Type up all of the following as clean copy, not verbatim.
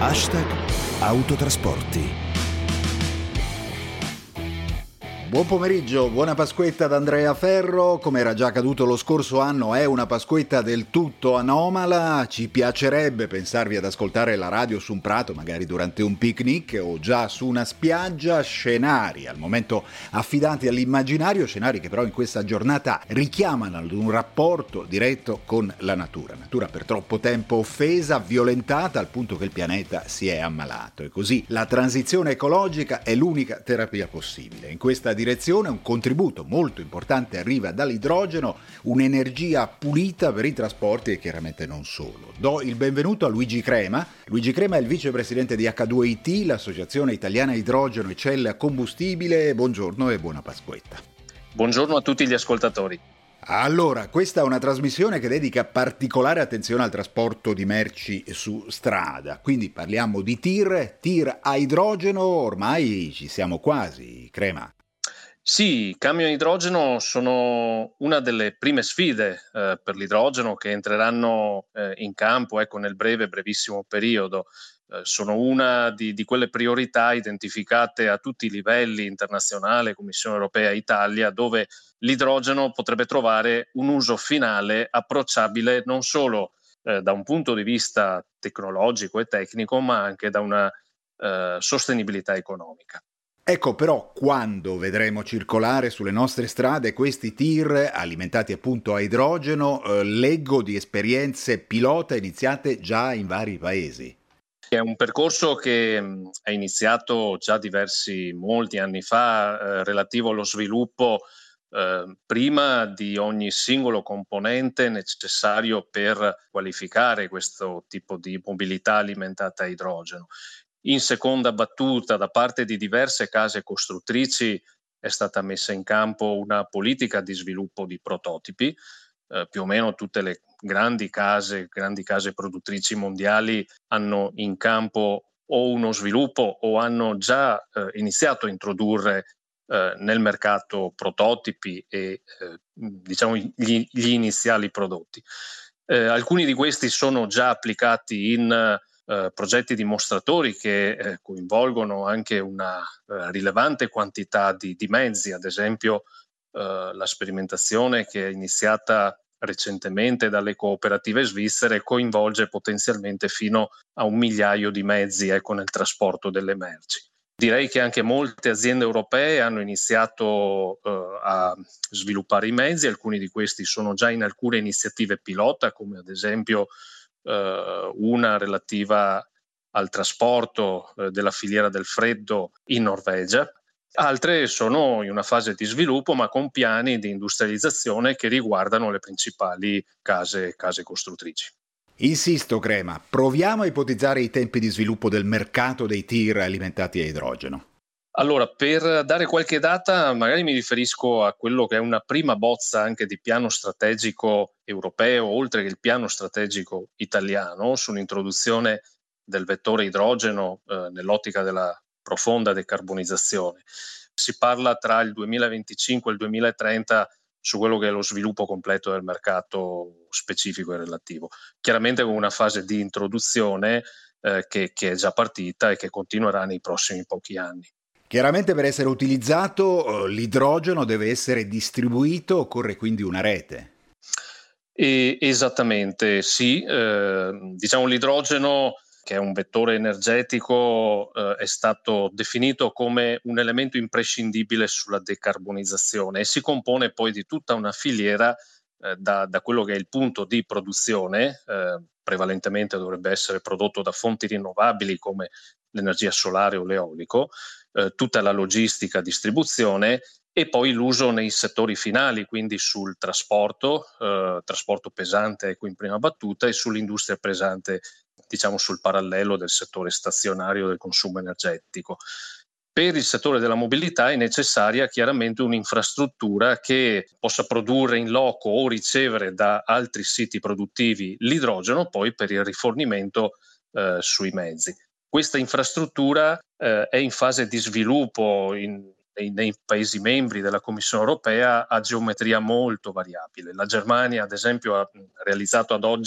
#autotrasporti. Buon pomeriggio, buona Pasquetta da Andrea Ferro. Come era già accaduto lo scorso anno, è una Pasquetta del tutto anomala. Ci piacerebbe pensarvi ad ascoltare la radio su un prato, magari durante un picnic o già su una spiaggia. Scenari al momento affidati all'immaginario, scenari che però in questa giornata richiamano ad un rapporto diretto con la natura. Natura per troppo tempo offesa, violentata al punto che il pianeta si è ammalato. E così la transizione ecologica è l'unica terapia possibile. In questa direzione un contributo molto importante arriva dall'idrogeno, un'energia pulita per i trasporti e chiaramente non solo. Do il benvenuto a Luigi Crema. Luigi Crema è il vicepresidente di H2IT, l'associazione italiana idrogeno e celle a combustibile. Buongiorno e buona Pasquetta. Buongiorno a tutti gli ascoltatori. Allora, questa è una trasmissione che dedica particolare attenzione al trasporto di merci su strada, quindi parliamo di tir a idrogeno, ormai ci siamo quasi, Crema. Sì, i camion idrogeno sono una delle prime sfide per l'idrogeno che entreranno in campo nel brevissimo periodo. Sono una di quelle priorità identificate a tutti i livelli, internazionale, Commissione Europea, Italia, dove l'idrogeno potrebbe trovare un uso finale approcciabile non solo da un punto di vista tecnologico e tecnico, ma anche da una sostenibilità economica. Ecco però quando vedremo circolare sulle nostre strade questi tir alimentati appunto a idrogeno, leggo di esperienze pilota iniziate già in vari paesi. È un percorso che è iniziato già molti anni fa, relativo allo sviluppo prima di ogni singolo componente necessario per qualificare questo tipo di mobilità alimentata a idrogeno. In seconda battuta, da parte di diverse case costruttrici, è stata messa in campo una politica di sviluppo di prototipi. Più o meno tutte le grandi case produttrici mondiali hanno in campo o uno sviluppo o hanno già iniziato a introdurre nel mercato prototipi e gli iniziali prodotti. Alcuni di questi sono già applicati in progetti dimostratori che coinvolgono anche una rilevante quantità di mezzi, ad esempio la sperimentazione che è iniziata recentemente dalle cooperative svizzere coinvolge potenzialmente fino a 1 migliaio di mezzi nel trasporto delle merci. Direi che anche molte aziende europee hanno iniziato a sviluppare i mezzi, alcuni di questi sono già in alcune iniziative pilota, come ad esempio una relativa al trasporto della filiera del freddo in Norvegia. Altre sono in una fase di sviluppo, ma con piani di industrializzazione che riguardano le principali case costruttrici. Insisto, Crema, proviamo a ipotizzare i tempi di sviluppo del mercato dei tir alimentati a idrogeno. Allora, per dare qualche data, magari mi riferisco a quello che è una prima bozza anche di piano strategico europeo, oltre che il piano strategico italiano, sull'introduzione del vettore idrogeno nell'ottica della profonda decarbonizzazione. Si parla tra il 2025 e il 2030 su quello che è lo sviluppo completo del mercato specifico e relativo. Chiaramente con una fase di introduzione che è già partita e che continuerà nei prossimi pochi anni. Chiaramente per essere utilizzato l'idrogeno deve essere distribuito, occorre quindi una rete. Esattamente, sì. L'idrogeno, che è un vettore energetico, è stato definito come un elemento imprescindibile sulla decarbonizzazione e si compone poi di tutta una filiera da quello che è il punto di produzione, prevalentemente dovrebbe essere prodotto da fonti rinnovabili come l'energia solare o l'eolico, tutta la logistica, distribuzione e poi l'uso nei settori finali, quindi sul trasporto pesante in prima battuta e sull'industria pesante, sul parallelo del settore stazionario del consumo energetico. Per il settore della mobilità è necessaria chiaramente un'infrastruttura che possa produrre in loco o ricevere da altri siti produttivi l'idrogeno poi per il rifornimento sui mezzi. Questa infrastruttura è in fase di sviluppo nei Paesi membri della Commissione Europea a geometria molto variabile. La Germania, ad esempio, ha realizzato ad oggi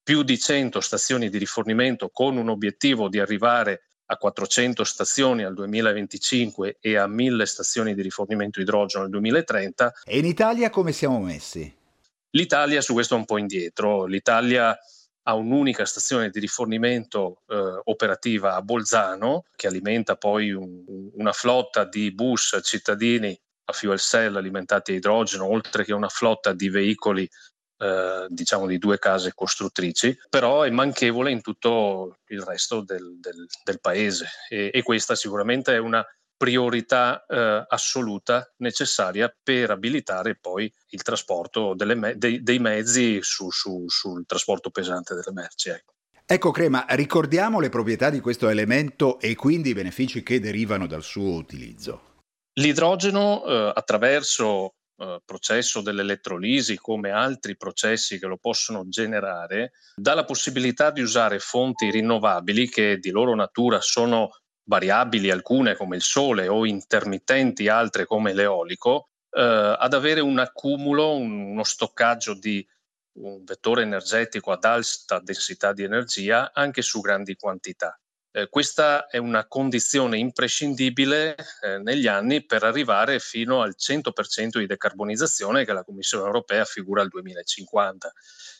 più di 100 stazioni di rifornimento, con un obiettivo di arrivare a 400 stazioni al 2025 e a 1000 stazioni di rifornimento idrogeno nel 2030. E in Italia come siamo messi? L'Italia su questo è un po' indietro. L'Italia ha un'unica stazione di rifornimento operativa a Bolzano, che alimenta poi una flotta di bus cittadini a fuel cell alimentati a idrogeno, oltre che una flotta di veicoli diciamo di 2 case costruttrici, però è manchevole in tutto il resto del paese, e questa sicuramente è una priorità assoluta necessaria per abilitare poi il trasporto dei mezzi sul trasporto pesante delle merci. Ecco Crema, ricordiamo le proprietà di questo elemento e quindi i benefici che derivano dal suo utilizzo. L'idrogeno attraverso processo dell'elettrolisi, come altri processi che lo possono generare, dà la possibilità di usare fonti rinnovabili che di loro natura sono variabili, alcune come il sole, o intermittenti, altre come l'eolico, ad avere un accumulo, uno stoccaggio di un vettore energetico ad alta densità di energia anche su grandi quantità. Questa è una condizione imprescindibile negli anni per arrivare fino al 100% di decarbonizzazione che la Commissione europea figura al 2050.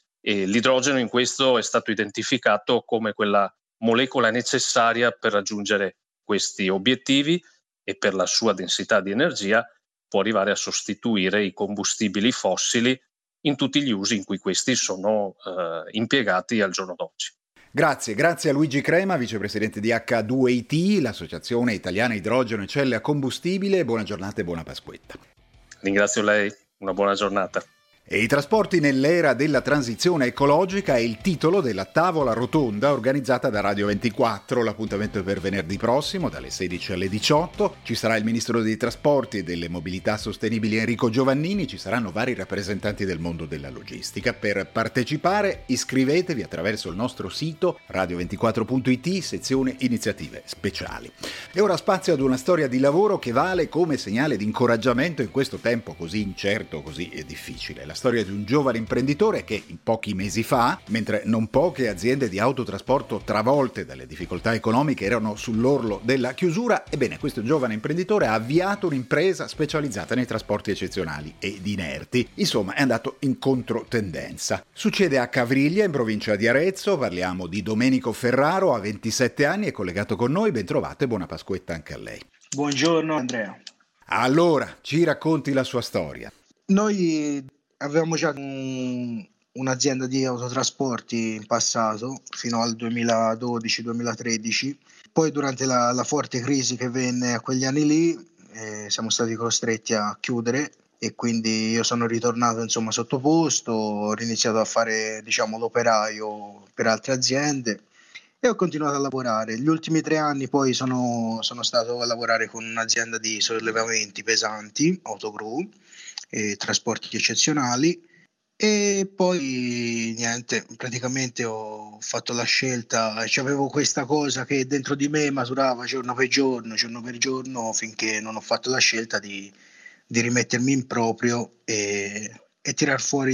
E l'idrogeno in questo è stato identificato come quella molecola necessaria per raggiungere questi obiettivi, e per la sua densità di energia può arrivare a sostituire i combustibili fossili in tutti gli usi in cui questi sono impiegati al giorno d'oggi. Grazie a Luigi Crema, vicepresidente di H2IT, l'Associazione Italiana Idrogeno e Celle a Combustibile. Buona giornata e buona Pasquetta. Ringrazio lei, una buona giornata. E i trasporti nell'era della transizione ecologica è il titolo della tavola rotonda organizzata da Radio 24. L'appuntamento è per venerdì prossimo dalle 16 alle 18. Ci sarà il ministro dei trasporti e delle mobilità sostenibili Enrico Giovannini. Ci saranno vari rappresentanti del mondo della logistica. Per partecipare iscrivetevi attraverso il nostro sito radio24.it, sezione iniziative speciali. E ora spazio ad una storia di lavoro che vale come segnale di incoraggiamento in questo tempo così incerto, così difficile. La storia di un giovane imprenditore che in pochi mesi fa, mentre non poche aziende di autotrasporto travolte dalle difficoltà economiche erano sull'orlo della chiusura, ebbene questo giovane imprenditore ha avviato un'impresa specializzata nei trasporti eccezionali ed inerti. Insomma, è andato in controtendenza. Succede a Cavriglia, in provincia di Arezzo. Parliamo di Domenico Ferraro, ha 27 anni, è collegato con noi. Ben trovato e buona Pasquetta anche a lei. Buongiorno Andrea. Allora, ci racconti la sua storia. Noi avevamo già un'azienda di autotrasporti in passato, fino al 2012-2013. Poi durante la forte crisi che venne a quegli anni lì, siamo stati costretti a chiudere, e quindi io sono ritornato sottoposto, ho iniziato a fare l'operaio per altre aziende e ho continuato a lavorare. Gli ultimi 3 anni poi sono stato a lavorare con un'azienda di sollevamenti pesanti, autogru, e trasporti eccezionali, e poi niente, praticamente ho fatto la scelta, avevo questa cosa che dentro di me maturava giorno per giorno, finché non ho fatto la scelta di rimettermi in proprio e tirar fuori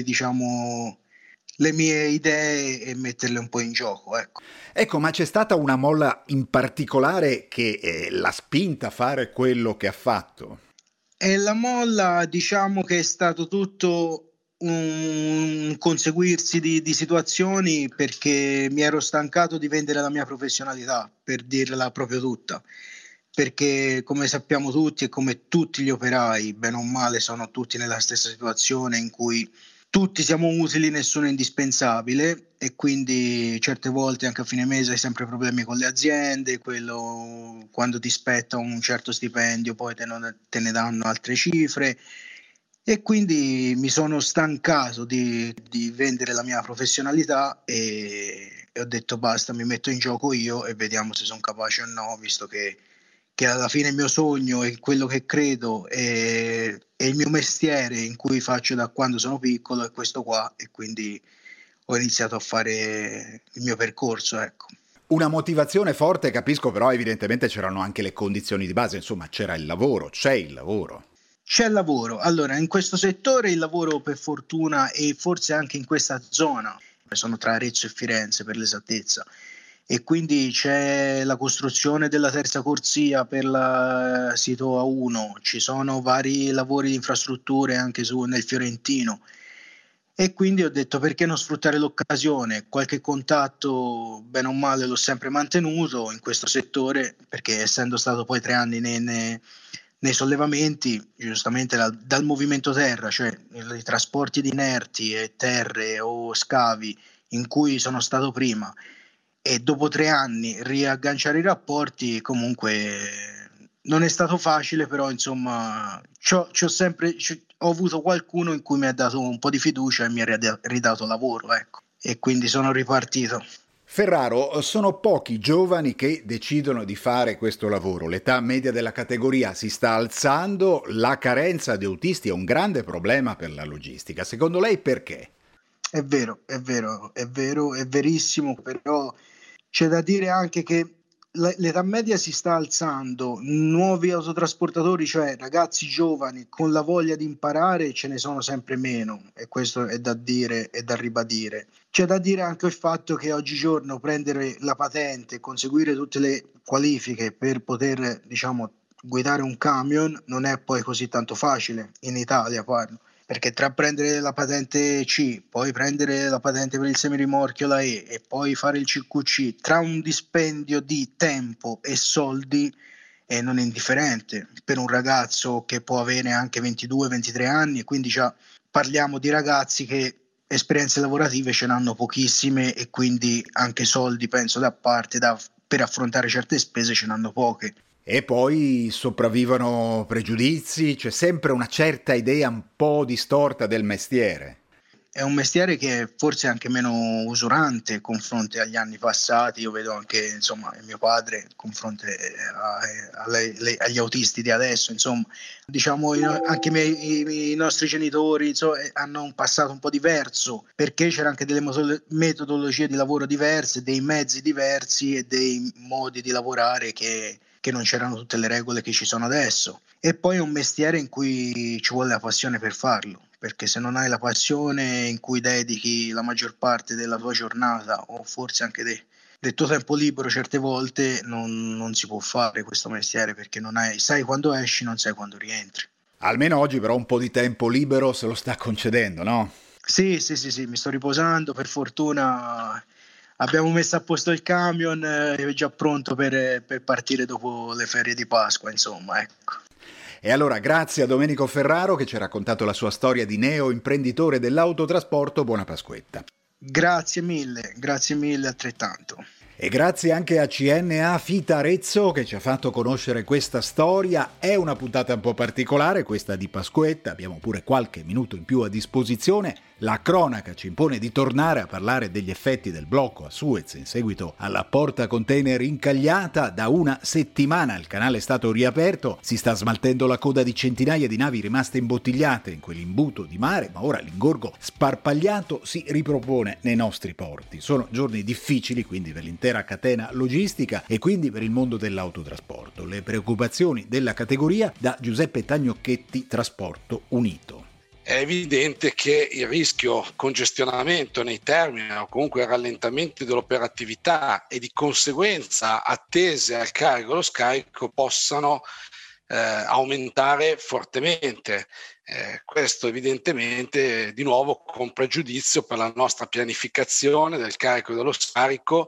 le mie idee e metterle un po' in gioco, Ecco, ma c'è stata una molla in particolare che l'ha spinta a fare quello che ha fatto? E la molla, che è stato tutto un conseguirsi di situazioni, perché mi ero stancato di vendere la mia professionalità, per dirla proprio tutta, perché come sappiamo tutti e come tutti gli operai, bene o male, sono tutti nella stessa situazione in cui tutti siamo utili, nessuno è indispensabile, e quindi certe volte anche a fine mese hai sempre problemi con le aziende, quando ti spetta un certo stipendio poi te ne danno altre cifre, e quindi mi sono stancato di vendere la mia professionalità e ho detto basta, mi metto in gioco io e vediamo se sono capace o no, visto che alla fine il mio sogno e quello che credo è il mio mestiere in cui faccio da quando sono piccolo, è questo qua, e quindi ho iniziato a fare il mio percorso, Una motivazione forte, capisco, però evidentemente c'erano anche le condizioni di base, insomma c'è il lavoro. C'è il lavoro. Allora, in questo settore il lavoro, per fortuna, e forse anche in questa zona, sono tra Arezzo e Firenze per l'esattezza, e quindi c'è la costruzione della terza corsia per la sito A1, ci sono vari lavori di infrastrutture anche nel Fiorentino, e quindi ho detto perché non sfruttare l'occasione. Qualche contatto bene o male l'ho sempre mantenuto in questo settore, perché essendo stato poi 3 anni nei sollevamenti, giustamente dal movimento terra, cioè i trasporti di inerti e terre o scavi in cui sono stato prima, e dopo 3 anni riagganciare i rapporti, comunque non è stato facile, però insomma ho avuto qualcuno in cui mi ha dato un po' di fiducia e mi ha ridato lavoro, ecco, e quindi sono ripartito. Ferraro, sono pochi giovani che decidono di fare questo lavoro. L'età media della categoria si sta alzando, la carenza di autisti è un grande problema per la logistica. Secondo lei perché? È vero, è verissimo, però c'è da dire anche che l'età media si sta alzando, nuovi autotrasportatori, cioè ragazzi giovani con la voglia di imparare, ce ne sono sempre meno, e questo è da dire e da ribadire. C'è da dire anche il fatto che oggigiorno prendere la patente, conseguire tutte le qualifiche per poter, diciamo, guidare un camion non è poi così tanto facile, in Italia parlo. Perché tra prendere la patente C, poi prendere la patente per il semirimorchio, la E, e poi fare il CQC, tra un dispendio di tempo e soldi è non indifferente per un ragazzo che può avere anche 22-23 anni, quindi già parliamo di ragazzi che esperienze lavorative ce n'hanno pochissime, e quindi anche soldi, penso, da parte per affrontare certe spese ce n'hanno poche. E poi sopravvivono pregiudizi, c'è sempre una certa idea un po' distorta del mestiere. È un mestiere che è forse anche meno usurante confronto agli anni passati. Io vedo anche, insomma, mio padre confronto agli autisti di adesso, insomma, diciamo anche i nostri genitori, insomma, hanno un passato un po' diverso, perché c'era anche delle metodologie di lavoro diverse, dei mezzi diversi e dei modi di lavorare che non c'erano tutte le regole che ci sono adesso. E poi è un mestiere in cui ci vuole la passione per farlo, perché se non hai la passione in cui dedichi la maggior parte della tua giornata, o forse anche del tuo tempo libero, certe volte non si può fare questo mestiere, perché sai quando esci, non sai quando rientri. Almeno oggi però un po' di tempo libero se lo sta concedendo, no? Sì, mi sto riposando, per fortuna. Abbiamo messo a posto il camion, è già pronto per partire dopo le ferie di Pasqua, insomma, ecco. E allora grazie a Domenico Ferraro che ci ha raccontato la sua storia di neo-imprenditore dell'autotrasporto. Buona Pasquetta. Grazie mille altrettanto. E grazie anche a CNA Fita Arezzo che ci ha fatto conoscere questa storia. È una puntata un po' particolare questa di Pasquetta, abbiamo pure qualche minuto in più a disposizione. La cronaca ci impone di tornare a parlare degli effetti del blocco a Suez in seguito alla porta container incagliata. Da una settimana il canale è stato riaperto, si sta smaltendo la coda di centinaia di navi rimaste imbottigliate in quell'imbuto di mare, ma ora l'ingorgo sparpagliato si ripropone nei nostri porti. Sono giorni difficili quindi per l'intera catena logistica e quindi per il mondo dell'autotrasporto. Le preoccupazioni della categoria da Giuseppe Tagnocchetti, Trasporto Unito. È evidente che il rischio congestionamento nei terminal o comunque rallentamenti dell'operatività e di conseguenza attese al carico e allo scarico possano aumentare fortemente. Questo evidentemente di nuovo con pregiudizio per la nostra pianificazione del carico e dello scarico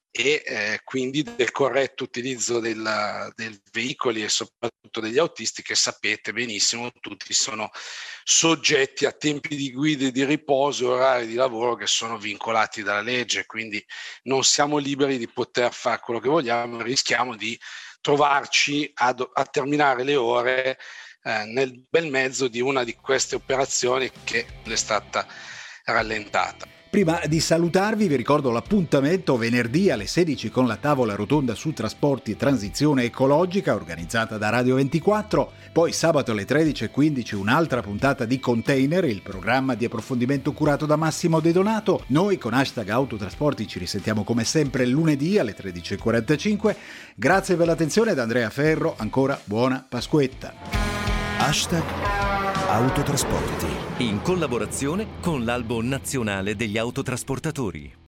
e quindi del corretto utilizzo dei veicoli e soprattutto degli autisti, che sapete benissimo tutti sono soggetti a tempi di guida e di riposo, orari di lavoro che sono vincolati dalla legge, quindi non siamo liberi di poter fare quello che vogliamo e rischiamo di trovarci a terminare le ore nel bel mezzo di una di queste operazioni che è stata rallentata. Prima di salutarvi vi ricordo l'appuntamento venerdì alle 16 con la tavola rotonda su trasporti e transizione ecologica organizzata da Radio 24, poi sabato alle 13:15 un'altra puntata di Container, il programma di approfondimento curato da Massimo De Donato. Noi con #Autotrasporti ci risentiamo come sempre lunedì alle 13:45. Grazie per l'attenzione, da Andrea Ferro ancora buona Pasquetta. #autotrasporti. In collaborazione con l'Albo Nazionale degli Autotrasportatori.